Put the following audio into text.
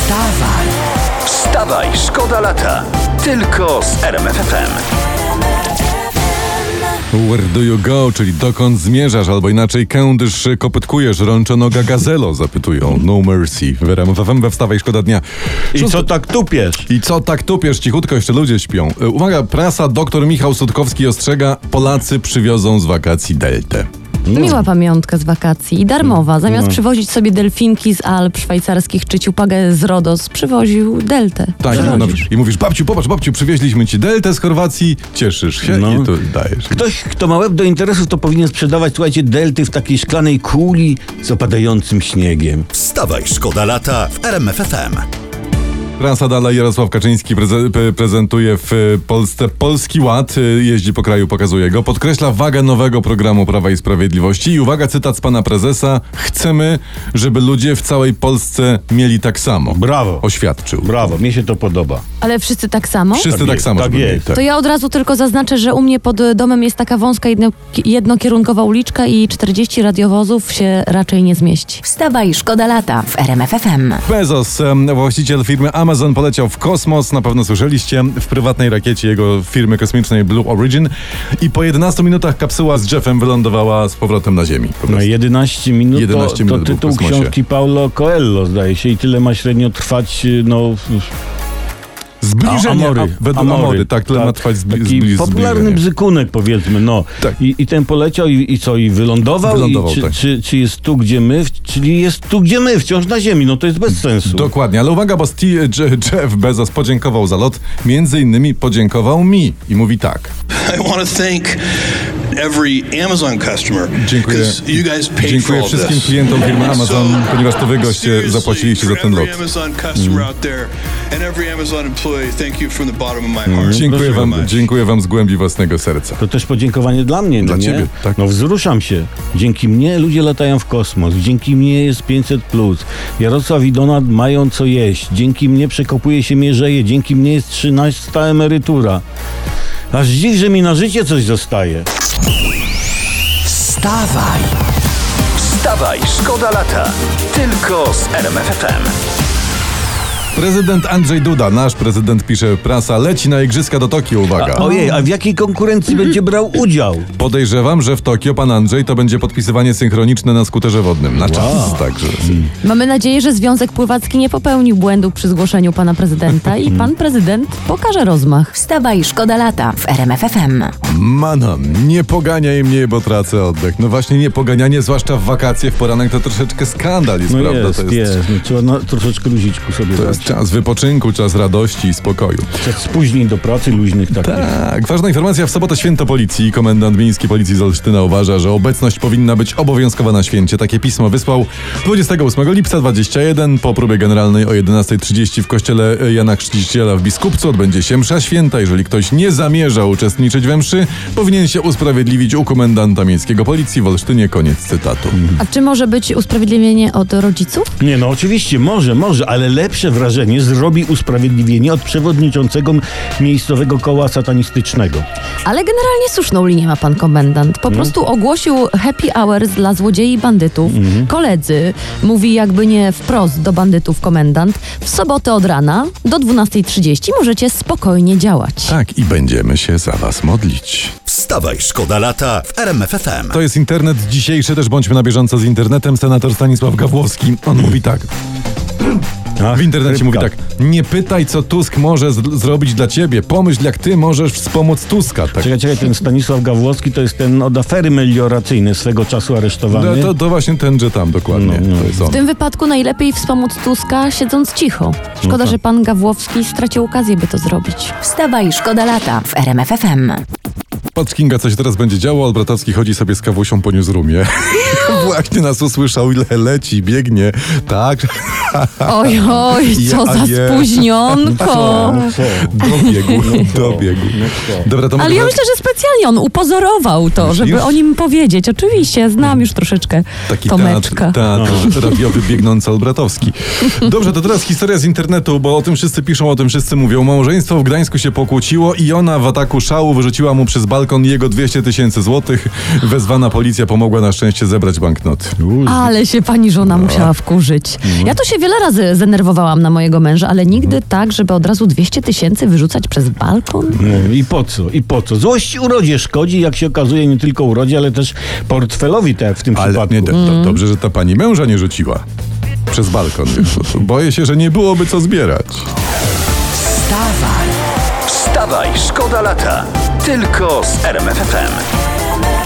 Wstawaj, szkoda lata. Tylko z RMF FM. Where do you go, czyli dokąd zmierzasz, albo inaczej kędyż kopytkujesz, rączonoga gazelo, zapytują No Mercy w RMF FM we Wstawaj, szkoda dnia. I co tak tupiesz? I co tak tupiesz? Cichutko, jeszcze ludzie śpią. Uwaga, prasa, doktor Michał Sutkowski ostrzega, Polacy przywiozą z wakacji deltę. Miła pamiątka z wakacji i darmowa. Zamiast przywozić sobie delfinki z Alp szwajcarskich czy ciupagę z Rodos, przywoził deltę. Tak, i mówisz, babciu, popatrz, babciu, przywieźliśmy ci deltę z Chorwacji, cieszysz się i tu dajesz. Ktoś, kto ma łeb do interesów, to powinien sprzedawać, słuchajcie, delty w takiej szklanej kuli z opadającym śniegiem. Wstawaj, szkoda lata w RMF FM. Prasa dalej, Jarosław Kaczyński prezentuje w Polsce Polski Ład, jeździ po kraju, pokazuje go, podkreśla wagę nowego programu Prawa i Sprawiedliwości i uwaga, cytat z pana prezesa, chcemy, żeby ludzie w całej Polsce mieli tak samo. Brawo. Oświadczył. Brawo, mnie się to podoba. Ale wszyscy tak samo? Wszyscy tak samo. tak żeby jest. mieli, tak. To ja od razu tylko zaznaczę, że u mnie pod domem jest taka wąska jednokierunkowa uliczka i 40 radiowozów się raczej nie zmieści. Wstawaj, szkoda lata w RMF FM. Bezos, właściciel firmy Amazon, poleciał w kosmos, na pewno słyszeliście, w prywatnej rakiecie jego firmy kosmicznej Blue Origin i po 11 minutach kapsuła z Jeffem wylądowała z powrotem na Ziemi. No 11 minut, 11 minut to był w tytuł kosmosie. książki Paulo Coelho, zdaje się, i tyle ma średnio trwać, Zbliżenie, według Amory, tak, tyle ma trwać taki popularny bzykunek, powiedzmy, no. Tak. I ten poleciał i co, i wylądował? Wylądował, I tak. czy jest tu, gdzie my? Czyli jest tu, gdzie my, wciąż na Ziemi, no to jest bez sensu. Dokładnie, ale uwaga, bo Jeff Bezos podziękował za lot, między innymi podziękował mi i mówi tak. I want to thank every Amazon customer. Dziękuję, 'Cause you guys paid for dziękuję all wszystkim this. klientom firmy Amazon, ponieważ to wy goście seriously, zapłaciliście za for ten lot. every Amazon customer out there and every Amazon employee, thank you from the bottom of my heart. Dziękuję wam z głębi własnego serca. To też podziękowanie dla mnie, Dla no nie? ciebie, tak. No wzruszam się. Dzięki mnie ludzie latają w kosmos. Dzięki mnie jest 500+. Jarosław i Donald mają co jeść. Dzięki mnie przekopuje się mierzeje. Dzięki mnie jest 13. emerytura. Aż dziw, że mi na życie coś zostaje. Wstawaj, wstawaj, szkoda lata. Tylko z RMF FM. Prezydent Andrzej Duda, nasz prezydent, pisze prasa, leci na igrzyska do Tokio, uwaga. Ojej, a w jakiej konkurencji będzie brał udział? Podejrzewam, że w Tokio pan Andrzej to będzie podpisywanie synchroniczne na skuterze wodnym. Na czas, także. Mamy nadzieję, że Związek Pływacki nie popełnił błędu przy zgłoszeniu pana prezydenta i pan prezydent pokaże rozmach. Wstawaj, szkoda lata w RMF FM. Manon, nie poganiaj mnie, bo tracę oddech. No właśnie, nie poganianie, zwłaszcza w wakacje, w poranek, to troszeczkę skandal jest, No prawda? jest. No, trzeba troszeczkę luziczku sobie To dać. jest czas wypoczynku, czas radości i spokoju. Czas spóźnień do pracy luźnych takich. Tak, ważna informacja, w sobotę święto policji. Komendant miejski policji z Olsztyna uważa, że obecność powinna być obowiązkowa na święcie. Takie pismo wysłał 28 lipca 21. Po próbie generalnej o 11:30 w kościele Jana Chrzciciela w Biskupcu odbędzie się msza święta. Jeżeli ktoś nie zamierza uczestniczyć we mszy, powinien się usprawiedliwić u komendanta miejskiego policji w Olsztynie. Koniec cytatu. A czy może być usprawiedliwienie od rodziców? Nie, no oczywiście, może, ale lepsze wrażenie zrobi usprawiedliwienie od przewodniczącego miejscowego koła satanistycznego. Ale generalnie słuszną linię ma pan komendant. Po prostu ogłosił happy hours dla złodziei i bandytów. Koledzy, mówi jakby nie wprost do bandytów komendant, w sobotę od rana do 12:30 możecie spokojnie działać. Tak, i będziemy się za was modlić. Wstawaj, szkoda lata w RMF FM. To jest internet dzisiejszy, też bądźmy na bieżąco z internetem. Senator Stanisław Gawłowski, on mówi tak. W internecie mówi tak, nie pytaj, co Tusk może zrobić dla ciebie, pomyśl, jak ty możesz wspomóc Tuska. Tak. Czekaj, ten Stanisław Gawłowski to jest ten od afery melioracyjnej swego czasu aresztowany. To właśnie ten, że tam, dokładnie. No. To jest on. W tym wypadku najlepiej wspomóc Tuska siedząc cicho. Szkoda, tak. że pan Gawłowski stracił okazję, by to zrobić. Wstawaj, szkoda lata w RMF FM. Patrz, Kinga, co się teraz będzie działo. Olbratowski chodzi sobie z kawusią po newsroomie. Właśnie nas usłyszał, ile leci, biegnie. Tak. Oj, co za spóźnionko. Dobiegł. Dobra, to Ale ja myślę, że specjalnie on upozorował to, Myślisz? żeby o nim powiedzieć. Oczywiście, znam już troszeczkę taki Tomeczka. teatr radiowy biegnący Olbratowski. Dobrze, to teraz historia z internetu, bo o tym wszyscy piszą, o tym wszyscy mówią. Małżeństwo w Gdańsku się pokłóciło i ona w ataku szału wyrzuciła mu przez balkon balkon i jego 200 000 złotych. Wezwana policja pomogła na szczęście zebrać banknoty. Ale się pani żona musiała wkurzyć. Ja to się wiele razy zdenerwowałam na mojego męża, ale nigdy tak, żeby od razu 200 000 wyrzucać przez balkon. No, i po co? I po co? Złość urodzie szkodzi, jak się okazuje, nie tylko urodzie, ale też portfelowi, tak jak w tym Ale przypadku. nie, dobrze, że ta pani męża nie rzuciła przez balkon. Boję się, że nie byłoby co zbierać. Wstawaj, szkoda lata. Tylko z RMF FM.